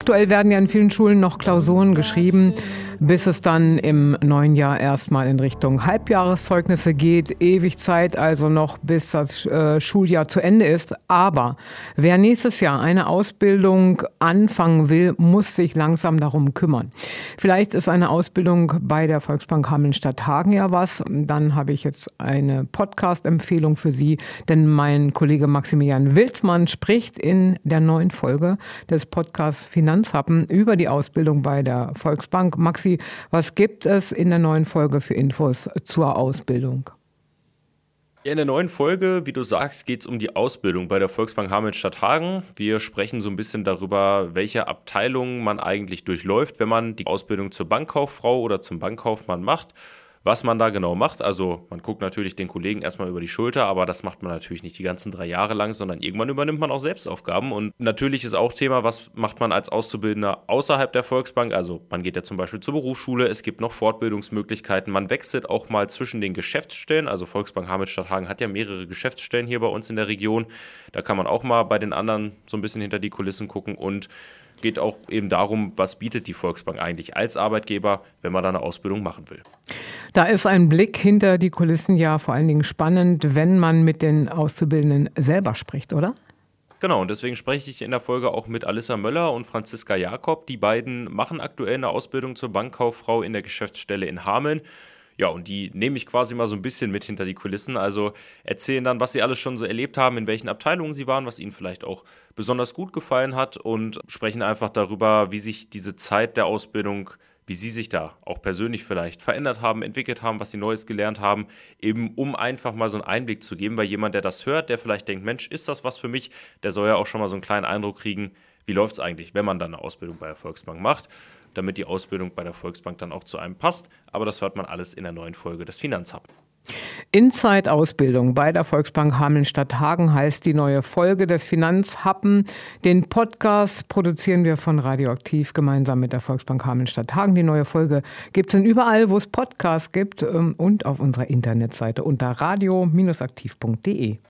Aktuell werden ja in vielen Schulen noch Klausuren geschrieben, bis es dann im neuen Jahr erstmal in Richtung Halbjahreszeugnisse geht. Ewig Zeit also noch, bis das Schuljahr zu Ende ist. Aber wer nächstes Jahr eine Ausbildung anfangen will, muss sich langsam darum kümmern. Vielleicht ist eine Ausbildung bei der Volksbank Hameln-Stadthagen ja was. Dann habe ich jetzt eine Podcast-Empfehlung für Sie, denn mein Kollege Maximilian Wilsmann spricht in der neuen Folge des Podcasts Finanzhappen über die Ausbildung bei der Volksbank. Maxi, was gibt es in der neuen Folge für Infos zur Ausbildung? Ja, in der neuen Folge, wie du sagst, geht es um die Ausbildung bei der Volksbank Hameln-Stadthagen. Wir sprechen so ein bisschen darüber, welche Abteilungen man eigentlich durchläuft, wenn man die Ausbildung zur Bankkauffrau oder zum Bankkaufmann macht. Was man da genau macht, also man guckt natürlich den Kollegen erstmal über die Schulter, aber das macht man natürlich nicht die ganzen 3 Jahre lang, sondern irgendwann übernimmt man auch Selbstaufgaben. Und natürlich ist auch Thema, was macht man als Auszubildender außerhalb der Volksbank, also man geht ja zum Beispiel zur Berufsschule, es gibt noch Fortbildungsmöglichkeiten, man wechselt auch mal zwischen den Geschäftsstellen, also Volksbank Hameln-Stadthagen hat ja mehrere Geschäftsstellen hier bei uns in der Region, da kann man auch mal bei den anderen so ein bisschen hinter die Kulissen gucken und geht auch eben darum, was bietet die Volksbank eigentlich als Arbeitgeber, wenn man da eine Ausbildung machen will. Da ist ein Blick hinter die Kulissen ja vor allen Dingen spannend, wenn man mit den Auszubildenden selber spricht, oder? Genau, und deswegen spreche ich in der Folge auch mit Alissa Möller und Franziska Jakob. Die beiden machen aktuell eine Ausbildung zur Bankkauffrau in der Geschäftsstelle in Hameln. Ja, und die nehme ich quasi mal so ein bisschen mit hinter die Kulissen, also erzählen dann, was sie alles schon so erlebt haben, in welchen Abteilungen sie waren, was ihnen vielleicht auch besonders gut gefallen hat und sprechen einfach darüber, wie sich diese Zeit der Ausbildung, wie sie sich da auch persönlich vielleicht verändert haben, entwickelt haben, was sie Neues gelernt haben, eben um einfach mal so einen Einblick zu geben, weil jemand, der das hört, der vielleicht denkt, Mensch, ist das was für mich, der soll ja auch schon mal so einen kleinen Eindruck kriegen, wie läuft es eigentlich, wenn man dann eine Ausbildung bei der Volksbank macht, damit die Ausbildung bei der Volksbank dann auch zu einem passt. Aber das hört man alles in der neuen Folge des Finanzhappen. Inside-Ausbildung bei der Volksbank Hameln-Stadthagen heißt die neue Folge des Finanzhappen. Den Podcast produzieren wir von Radioaktiv gemeinsam mit der Volksbank Hameln-Stadthagen. Die neue Folge gibt es überall, wo es Podcasts gibt und auf unserer Internetseite unter radio-aktiv.de.